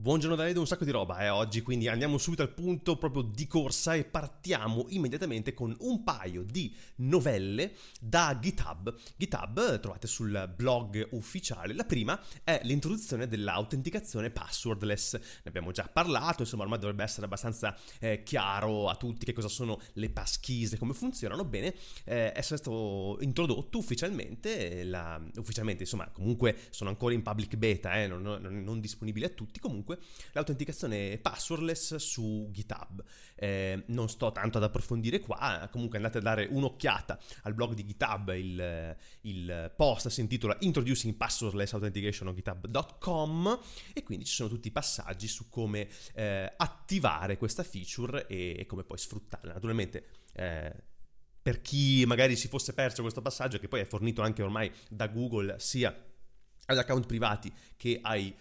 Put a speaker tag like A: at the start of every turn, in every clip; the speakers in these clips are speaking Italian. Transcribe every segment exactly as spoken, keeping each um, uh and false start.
A: Buongiorno Davide, un sacco di roba eh, oggi, quindi andiamo subito al punto proprio di corsa e partiamo immediatamente con un paio di novelle da GitHub. GitHub trovate sul blog ufficiale. La prima è l'introduzione dell'autenticazione passwordless. Ne abbiamo già parlato, insomma ormai dovrebbe essere abbastanza eh, chiaro a tutti che cosa sono le passkeys e come funzionano. Bene, eh, è stato introdotto ufficialmente, la, ufficialmente insomma comunque sono ancora in public beta, eh, non, non, non disponibili a tutti, comunque l'autenticazione passwordless su GitHub. Eh, non sto tanto ad approfondire qua, comunque andate a dare un'occhiata al blog di GitHub, il, il post si intitola Introducing Passwordless Authentication on github dot com e quindi ci sono tutti i passaggi su come eh, attivare questa feature e, e come poi sfruttarla. Naturalmente eh, per chi magari si fosse perso questo passaggio, che poi è fornito anche ormai da Google sia ad account privati che ai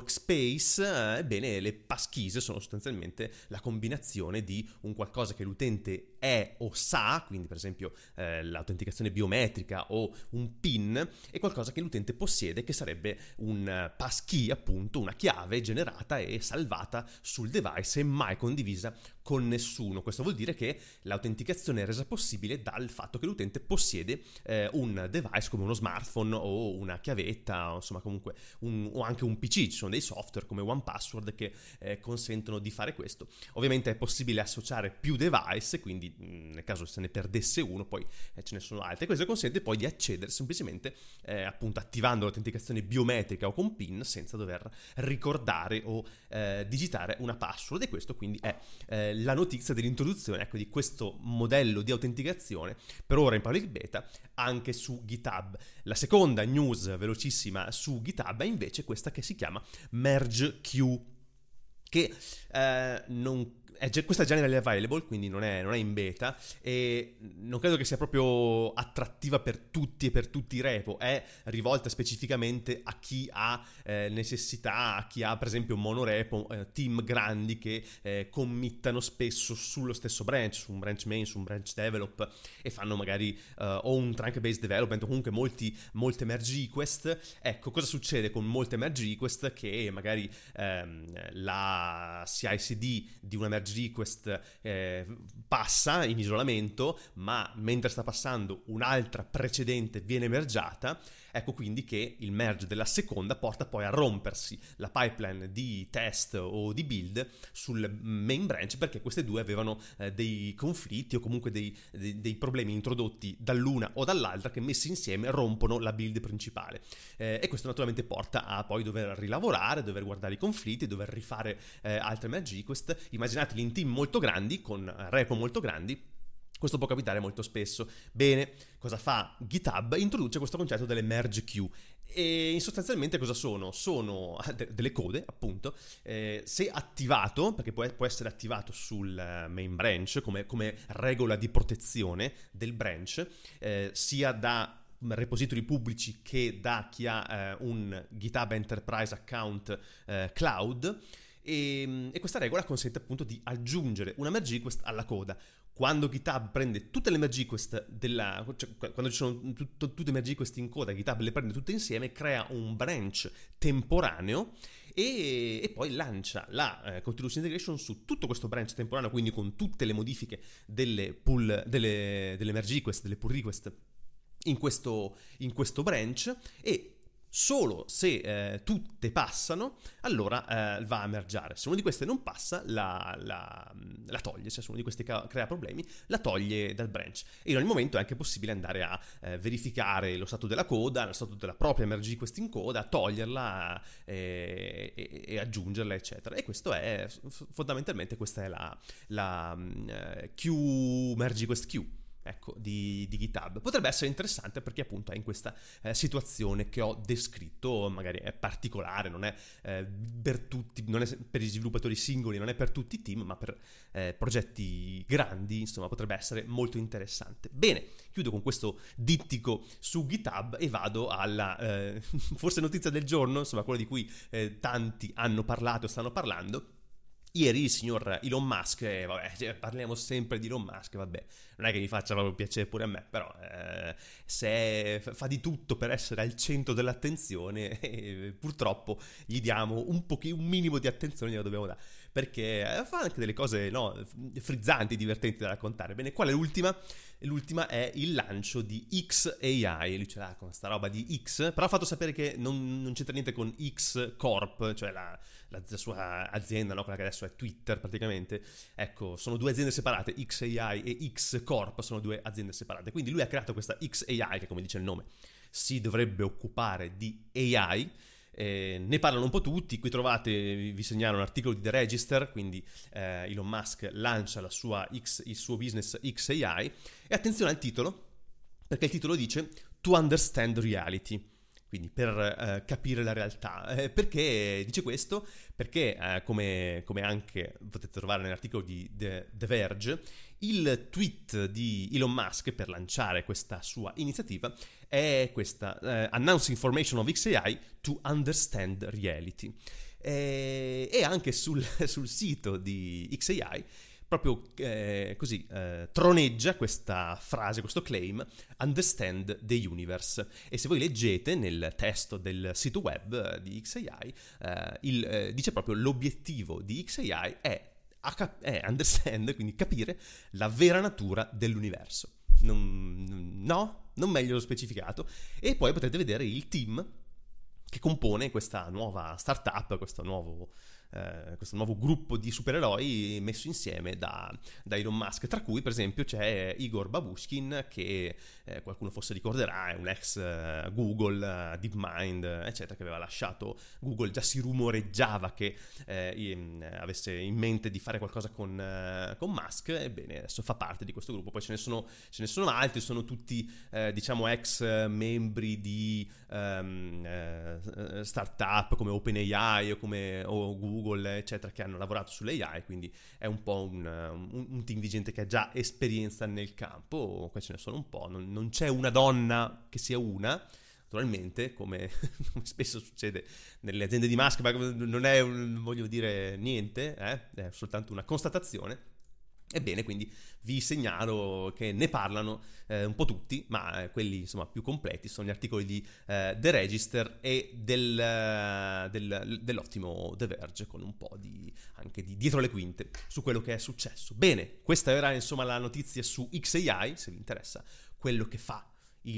A: workspace, ebbene le passkeys sono sostanzialmente la combinazione di un qualcosa che l'utente è o sa, quindi per esempio eh, l'autenticazione biometrica o un PIN, e qualcosa che l'utente possiede che sarebbe un passkey, appunto una chiave generata e salvata sul device e mai condivisa con nessuno. Questo vuol dire che l'autenticazione è resa possibile dal fatto che l'utente possiede eh, un device come uno smartphone o una chiavetta, o insomma comunque un, o anche un P C. Ci sono dei software come one password che eh, consentono di fare questo. Ovviamente è possibile associare più device, quindi mh, nel caso se ne perdesse uno poi eh, ce ne sono altri. Questo consente poi di accedere semplicemente eh, appunto attivando l'autenticazione biometrica o con PIN senza dover ricordare o eh, digitare una password, e questo quindi è eh, la notizia dell'introduzione, ecco, di questo modello di autenticazione per ora in public beta anche su GitHub. La seconda news velocissima su GitHub è invece questa che si chiama MergeQ, che eh, non è già, questa è generally available, quindi non è, non è in beta, e non credo che sia proprio attrattiva per tutti e per tutti i repo. È rivolta specificamente a chi ha eh, necessità, a chi ha per esempio monorepo, eh, team grandi che eh, committano spesso sullo stesso branch, su un branch main, su un branch develop, e fanno magari eh, o un trunk based development o comunque molti, molte merge request. Ecco, cosa succede con molte merge request? Che magari ehm, la C I C D di una merge request eh, passa in isolamento, ma mentre sta passando un'altra precedente viene mergiata. Ecco quindi che il merge della seconda porta poi a rompersi la pipeline di test o di build sul main branch, perché queste due avevano eh, dei conflitti o comunque dei, dei, dei problemi introdotti dall'una o dall'altra che messi insieme rompono la build principale, eh, e questo naturalmente porta a poi dover rilavorare, dover guardare i conflitti, dover rifare eh, altre merge request. Immaginateli in team molto grandi con repo molto grandi. Questo può capitare molto spesso. Bene, cosa fa GitHub? Introduce questo concetto delle merge queue. E sostanzialmente cosa sono? Sono de- delle code, appunto, eh, se attivato, perché può, può essere attivato sul main branch come, come regola di protezione del branch, eh, sia da repository pubblici che da chi ha eh, un GitHub Enterprise account eh, cloud. E, e questa regola consente appunto di aggiungere una merge request alla coda. Quando GitHub prende tutte le merge request della, cioè quando ci sono tut, tutte le merge request in coda, GitHub le prende tutte insieme, crea un branch temporaneo e, e poi lancia la eh, continuous integration su tutto questo branch temporaneo, quindi con tutte le modifiche delle pull, delle, delle merge request, delle pull request in questo, in questo branch, e solo se eh, tutte passano, allora eh, va a mergiare. Se una di queste non passa, la, la, la toglie. Se uno di questi crea problemi, la toglie dal branch. E in ogni momento è anche possibile andare a eh, verificare lo stato della coda, lo stato della propria merge request in coda, toglierla eh, e, e aggiungerla, eccetera. E questo è fondamentalmente questa è la, la uh, queue, merge request queue, ecco, di, di GitHub. Potrebbe essere interessante perché appunto è in questa eh, situazione che ho descritto, magari è particolare, non è eh, per tutti, non è per gli sviluppatori singoli, non è per tutti i team, ma per eh, progetti grandi, insomma, potrebbe essere molto interessante. Bene, chiudo con questo dittico su GitHub e vado alla eh, forse notizia del giorno, insomma, quella di cui eh, tanti hanno parlato e stanno parlando. Ieri il signor Elon Musk, eh, vabbè, parliamo sempre di Elon Musk, vabbè, non è che mi faccia proprio piacere pure a me, però eh, se fa di tutto per essere al centro dell'attenzione, eh, purtroppo gli diamo un, pochi, un minimo di attenzione, gliela dobbiamo dare, perché fa anche delle cose, no, frizzanti, divertenti da raccontare. Bene, qual è l'ultima? L'ultima è il lancio di X A I, lui ce l'ha con sta roba di X, però ha fatto sapere che non, non c'entra niente con X Corp, cioè la, la, la sua azienda, no? Quella che adesso è Twitter praticamente. Ecco, sono due aziende separate, X A I e X Corp sono due aziende separate, quindi lui ha creato questa X A I che, come dice il nome, si dovrebbe occupare di A I. Eh, ne parlano un po' tutti, qui trovate, vi segnalo un articolo di The Register, quindi eh, Elon Musk lancia la sua X, il suo business X A I, e attenzione al titolo, perché il titolo dice To Understand Reality, quindi per eh, capire la realtà. Eh, perché dice questo? Perché eh, come, come anche potete trovare nell'articolo di The, The Verge, il tweet di Elon Musk per lanciare questa sua iniziativa è questa: uh, Announce information of X A I to understand reality. E, e anche sul, sul sito di X A I proprio eh, così eh, troneggia questa frase, questo claim, understand the universe. E se voi leggete nel testo del sito web di X A I, eh, il, eh, dice proprio l'obiettivo di X A I è, è understand, quindi capire la vera natura dell'universo. Non, no, non meglio specificato. E poi potete vedere il team che compone questa nuova startup, questo nuovo, eh, questo nuovo gruppo di supereroi messo insieme da, da Elon Musk, tra cui per esempio c'è Igor Babushkin, che eh, qualcuno forse ricorderà, è un ex uh, Google, uh, DeepMind, eccetera, che aveva lasciato Google. Già si rumoreggiava che eh, in, avesse in mente di fare qualcosa con, uh, con Musk. Ebbene, adesso fa parte di questo gruppo. Poi ce ne sono, ce ne sono altri, sono tutti eh, diciamo ex membri di um, eh, startup come OpenAI o come o Google, eccetera, che hanno lavorato sull'A I, quindi è un po' un, un, un team di gente che ha già esperienza nel campo. Qua ce ne sono un po', non, non c'è una donna che sia una, naturalmente, come, come spesso succede nelle aziende di Musk, ma non è, un, voglio dire, niente, eh? È soltanto una constatazione. Ebbene, quindi vi segnalo che ne parlano eh, un po' tutti, ma eh, quelli insomma più completi sono gli articoli di eh, The Register e del, uh, del, dell'ottimo The Verge, con un po' di anche di dietro le quinte su quello che è successo. Bene, questa era insomma la notizia su X A I, se vi interessa quello che fa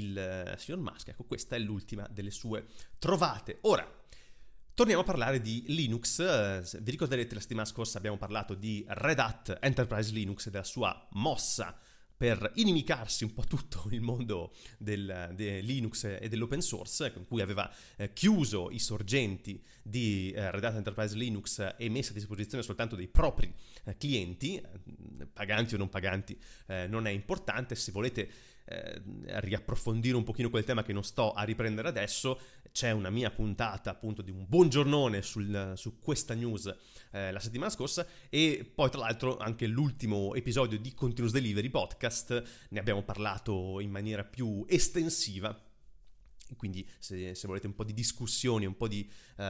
A: il uh, signor Musk. Ecco, questa è l'ultima delle sue trovate. Ora torniamo a parlare di Linux. Vi ricorderete, la settimana scorsa abbiamo parlato di Red Hat Enterprise Linux e della sua mossa per inimicarsi un po' tutto il mondo del, del Linux e dell'open source, con cui aveva eh, chiuso i sorgenti di eh, Red Hat Enterprise Linux e messo a disposizione soltanto dei propri eh, clienti, paganti o non paganti, eh, non è importante. Se volete eh, riapprofondire un pochino quel tema che non sto a riprendere adesso, c'è una mia puntata appunto di un buongiornone sul, su questa news eh, la settimana scorsa, e poi tra l'altro anche l'ultimo episodio di Continuous Delivery Podcast ne abbiamo parlato in maniera più estensiva. Quindi se, se volete un po' di discussioni, un po' di, uh,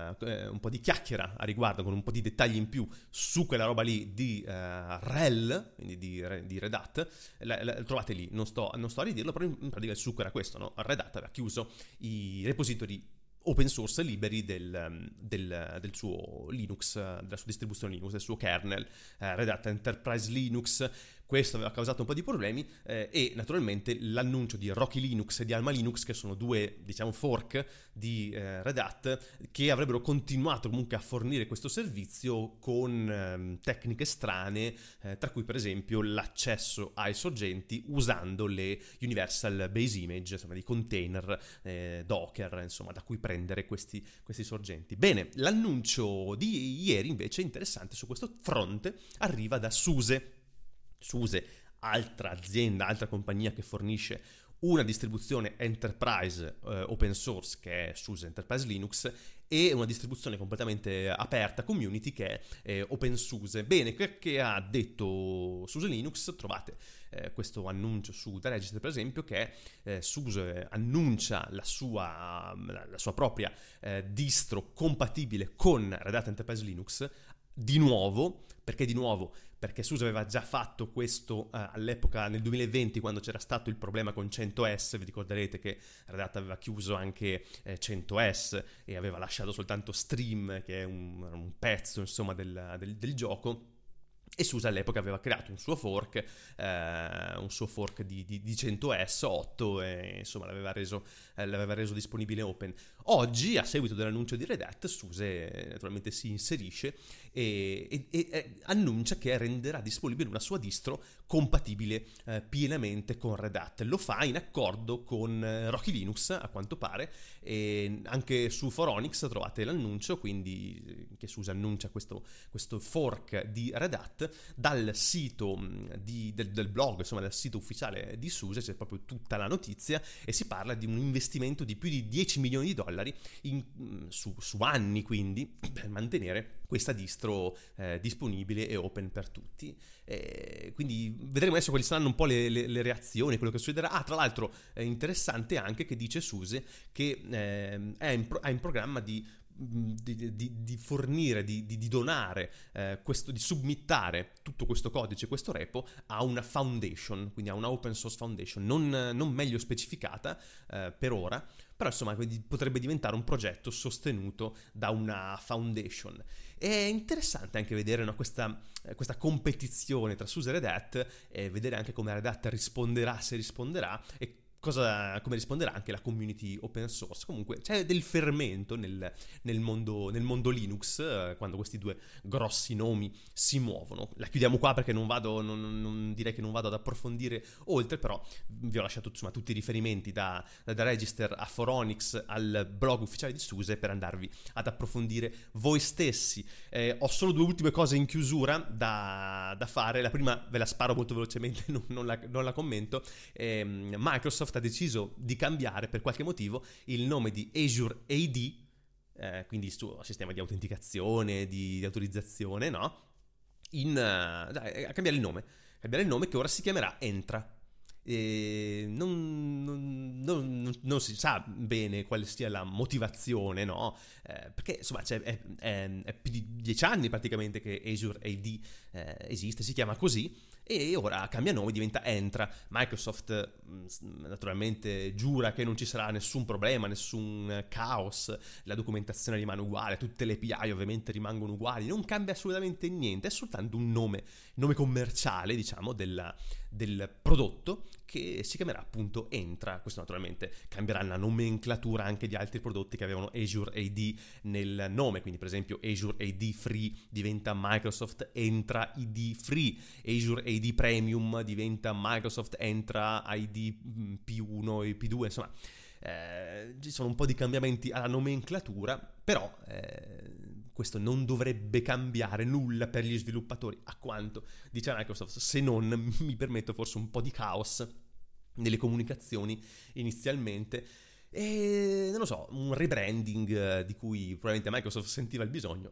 A: un po' di chiacchiera a riguardo, con un po' di dettagli in più su quella roba lì di uh, R E L, quindi di, di Red Hat, la, la, trovate lì. Non sto, non sto a ridirlo, però in pratica il succo era questo, no? Red Hat aveva chiuso i repository open source liberi del, del, del suo Linux, della sua distribuzione Linux, del suo kernel, eh, Red Hat Enterprise Linux. Questo aveva causato un po' di problemi eh, e naturalmente l'annuncio di Rocky Linux e di Alma Linux, che sono due, diciamo, fork di eh, Red Hat, che avrebbero continuato comunque a fornire questo servizio con eh, tecniche strane, eh, tra cui per esempio l'accesso ai sorgenti usando le Universal Base Image, insomma, di container eh, Docker, insomma, da cui prendere questi, questi sorgenti. Bene, l'annuncio di ieri invece interessante su questo fronte arriva da SUSE. SUSE, altra azienda, altra compagnia che fornisce una distribuzione enterprise eh, open source, che è SUSE Enterprise Linux, e una distribuzione completamente aperta, community, che è eh, OpenSUSE. Bene, che, che ha detto SUSE Linux? Trovate eh, questo annuncio su The Register, per esempio, che eh, SUSE annuncia la sua, la, la sua propria eh, distro compatibile con Red Hat Enterprise Linux, di nuovo. Perché di nuovo? Perché SUSE aveva già fatto questo uh, all'epoca nel duemilaventi, quando c'era stato il problema con cento S. Vi ricorderete che Red Hat aveva chiuso anche eh, cento S e aveva lasciato soltanto Stream, che è un, un pezzo insomma del, del, del gioco. E SUSE all'epoca aveva creato un suo fork, eh, un suo fork di, di, di cento S otto, e insomma l'aveva reso, eh, l'aveva reso disponibile open. Oggi, a seguito dell'annuncio di Red Hat, SUSE naturalmente si inserisce e, e, e annuncia che renderà disponibile una sua distro compatibile eh, pienamente con Red Hat. Lo fa in accordo con eh, Rocky Linux, a quanto pare, e anche su Phoronix trovate l'annuncio, quindi che SUSE annuncia questo, questo fork di Red Hat. Dal sito di, del, del blog, insomma dal sito ufficiale di SUSE c'è proprio tutta la notizia e si parla di un investimento di più di dieci milioni di dollari in, su, su anni, quindi, per mantenere questa distro eh, disponibile e open per tutti. Eh, quindi vedremo adesso quali saranno un po' le, le, le reazioni, quello che succederà. Ah, tra l'altro è interessante anche che dice SUSE che eh, è in pro, ha in programma di Di, di, di fornire, di, di, di donare eh, questo, di submittare tutto questo codice, questo repo a una foundation, quindi a una open source foundation non, non meglio specificata eh, per ora, però insomma potrebbe diventare un progetto sostenuto da una foundation. È interessante anche vedere no, questa, eh, questa competizione tra SUSE e Red Hat, e vedere anche come Red Hat risponderà, se risponderà, e Cosa, come risponderà anche la community open source. Comunque c'è del fermento nel, nel, mondo, nel mondo Linux eh, quando questi due grossi nomi si muovono. La chiudiamo qua perché non vado, non, non direi che non vado ad approfondire oltre, però vi ho lasciato insomma tutti i riferimenti da, da Register a Phoronix al blog ufficiale di SUSE per andarvi ad approfondire voi stessi. Eh, ho solo due ultime cose in chiusura da, da fare. La prima ve la sparo molto velocemente, non, non, la, non la commento. Eh, Microsoft ha deciso di cambiare per qualche motivo il nome di Azure A D, eh, quindi il suo sistema di autenticazione, di, di autorizzazione, no? In, uh, dai, a cambiare il nome, cambiare il nome che ora si chiamerà Entra. E non, non, non, non si sa bene quale sia la motivazione, no? Eh, perché insomma c'è, è, è, è più di dieci anni praticamente che Azure A D eh, esiste, si chiama così, e ora cambia nome, diventa Entra. Microsoft naturalmente giura che non ci sarà nessun problema, nessun caos, la documentazione rimane uguale, tutte le A P I ovviamente rimangono uguali, non cambia assolutamente niente, è soltanto un nome, nome commerciale, diciamo, della, del prodotto, che si chiamerà appunto Entra. Questo naturalmente cambierà la nomenclatura anche di altri prodotti che avevano Azure A D nel nome, quindi per esempio Azure A D Free diventa Microsoft Entra I D Free, Azure A D Premium diventa Microsoft Entra I D P uno e P due, insomma eh, ci sono un po' di cambiamenti alla nomenclatura, però eh, questo non dovrebbe cambiare nulla per gli sviluppatori, a quanto dice Microsoft, se non, mi permetto, forse un po' di caos nelle comunicazioni inizialmente, e non lo so, un rebranding di cui probabilmente Microsoft sentiva il bisogno,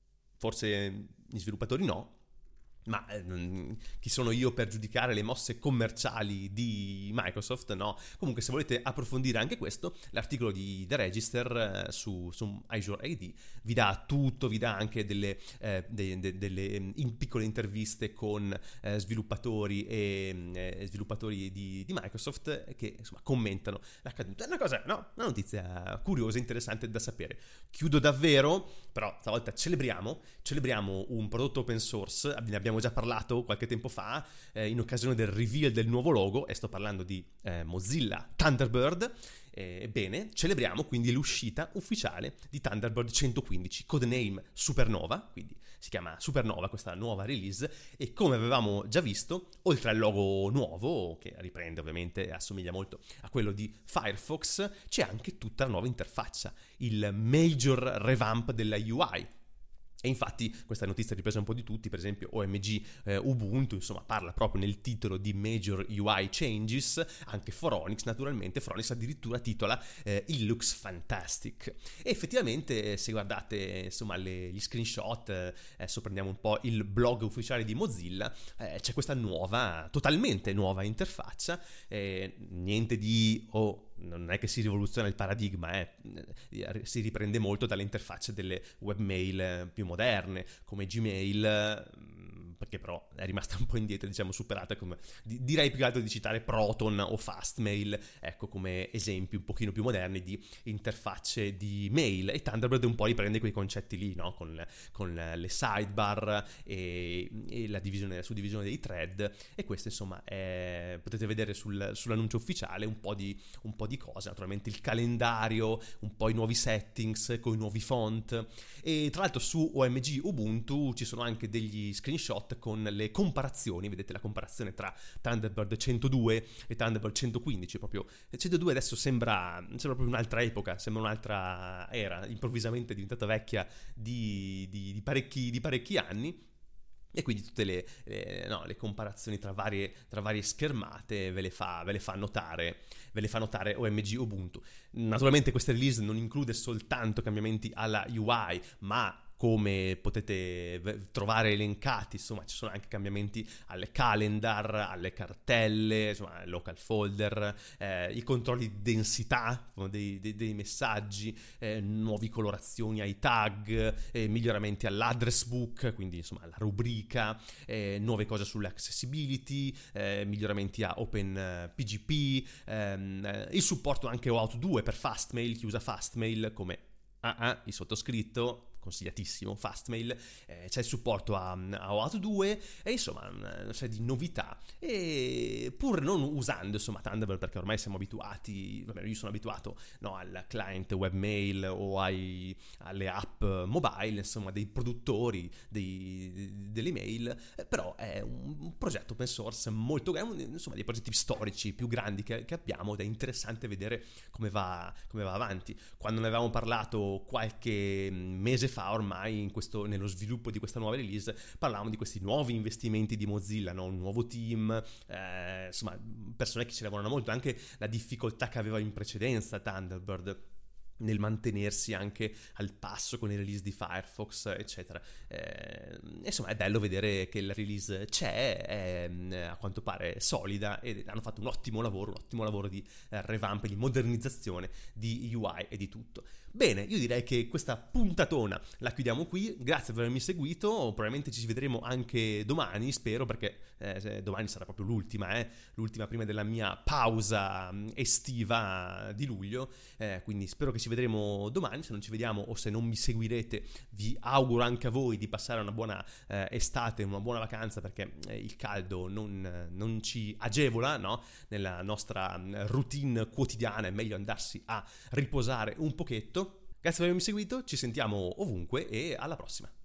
A: forse gli sviluppatori no, ma eh, chi sono io per giudicare le mosse commerciali di Microsoft? No. Comunque, se volete approfondire anche questo, l'articolo di The Register eh, su, su Azure A D vi dà tutto, vi dà anche delle, eh, de, de, delle in piccole interviste con eh, sviluppatori e eh, sviluppatori di, di Microsoft che insomma commentano l'accaduto. È una cosa, no? Una notizia curiosa, interessante da sapere. Chiudo davvero, però stavolta celebriamo, celebriamo un prodotto open source. Ne abbiamo già parlato qualche tempo fa eh, in occasione del reveal del nuovo logo, e sto parlando di eh, Mozilla Thunderbird. Ebbene, eh, celebriamo quindi l'uscita ufficiale di Thunderbird centoquindici, codename Supernova, quindi si chiama Supernova questa nuova release, e come avevamo già visto, oltre al logo nuovo, che riprende ovviamente e assomiglia molto a quello di Firefox, c'è anche tutta la nuova interfaccia, il major revamp della U I. E infatti questa notizia è ripresa un po' di tutti, per esempio O M G eh, Ubuntu, insomma parla proprio nel titolo di Major U I Changes, anche Phoronix naturalmente, Phoronix addirittura titola eh, It Looks Fantastic. E effettivamente se guardate insomma le, gli screenshot, eh, adesso prendiamo un po' il blog ufficiale di Mozilla, eh, c'è questa nuova, totalmente nuova interfaccia, eh, niente di... Oh, non è che si rivoluziona il paradigma, eh. Si riprende molto dalle interfacce delle webmail più moderne, come Gmail, perché però è rimasta un po' indietro, diciamo superata, come direi più che altro di citare Proton o Fastmail, ecco, come esempi un pochino più moderni di interfacce di mail, e Thunderbird un po' riprende quei concetti lì, no? Con, con le sidebar e, e la divisione, la suddivisione dei thread, e questo insomma è, potete vedere sul, sull'annuncio ufficiale un po' di un po' di cose, naturalmente il calendario, un po' i nuovi settings con i nuovi font, e tra l'altro su O M G Ubuntu ci sono anche degli screenshot con le comparazioni, vedete la comparazione tra Thunderbird centodue e Thunderbird centoquindici, proprio centodue adesso sembra, sembra proprio un'altra epoca, sembra un'altra era, improvvisamente è diventata vecchia di, di, di, parecchi, di parecchi anni. E quindi tutte le, le, no, le comparazioni tra varie, tra varie schermate ve le, fa, ve le fa notare ve le fa notare O M G Ubuntu. Naturalmente questa release non include soltanto cambiamenti alla U I, ma come potete trovare elencati, insomma, ci sono anche cambiamenti alle calendar, alle cartelle, insomma, local folder, eh, i controlli di densità dei, dei, dei messaggi, eh, nuove colorazioni ai tag, eh, miglioramenti all'address book, quindi insomma alla rubrica, eh, nuove cose sull'accessibility, eh, miglioramenti a OpenPGP, ehm, il supporto anche O Auth due per Fastmail, chi usa Fastmail come ah, ah, il sottoscritto, consigliatissimo Fastmail, eh, c'è il supporto a, a O Auth due, e insomma una serie di novità, e pur non usando insomma Thunderbird, perché ormai siamo abituati, vabbè, io sono abituato, no, al client webmail o ai, alle app mobile, insomma dei produttori dei, delle email, eh, però è un, un progetto open source molto grande, insomma dei progetti storici più grandi che, che abbiamo, ed è interessante vedere come va, come va avanti. Quando ne avevamo parlato qualche mese fa ormai, in questo, nello sviluppo di questa nuova release, parlavamo di questi nuovi investimenti di Mozilla, no? Un nuovo team, eh, insomma persone che ci lavorano molto, anche la difficoltà che aveva in precedenza Thunderbird nel mantenersi anche al passo con i release di Firefox, eccetera. Eh, insomma è bello vedere che la release c'è, è a quanto pare solida, e hanno fatto un ottimo lavoro, un ottimo lavoro di eh, revamp, di modernizzazione di U I e di tutto. Bene, io direi che questa puntatona la chiudiamo qui, grazie per avermi seguito, probabilmente ci vedremo anche domani, spero, perché eh, domani sarà proprio l'ultima, eh, l'ultima prima della mia pausa estiva di luglio, eh, quindi spero che ci vedremo domani. Se non ci vediamo o se non mi seguirete, vi auguro anche a voi di passare una buona eh, estate, una buona vacanza, perché eh, il caldo non, non ci agevola, no? Nella nostra routine quotidiana è meglio andarsi a riposare un pochetto. Grazie per avermi seguito, ci sentiamo ovunque e alla prossima.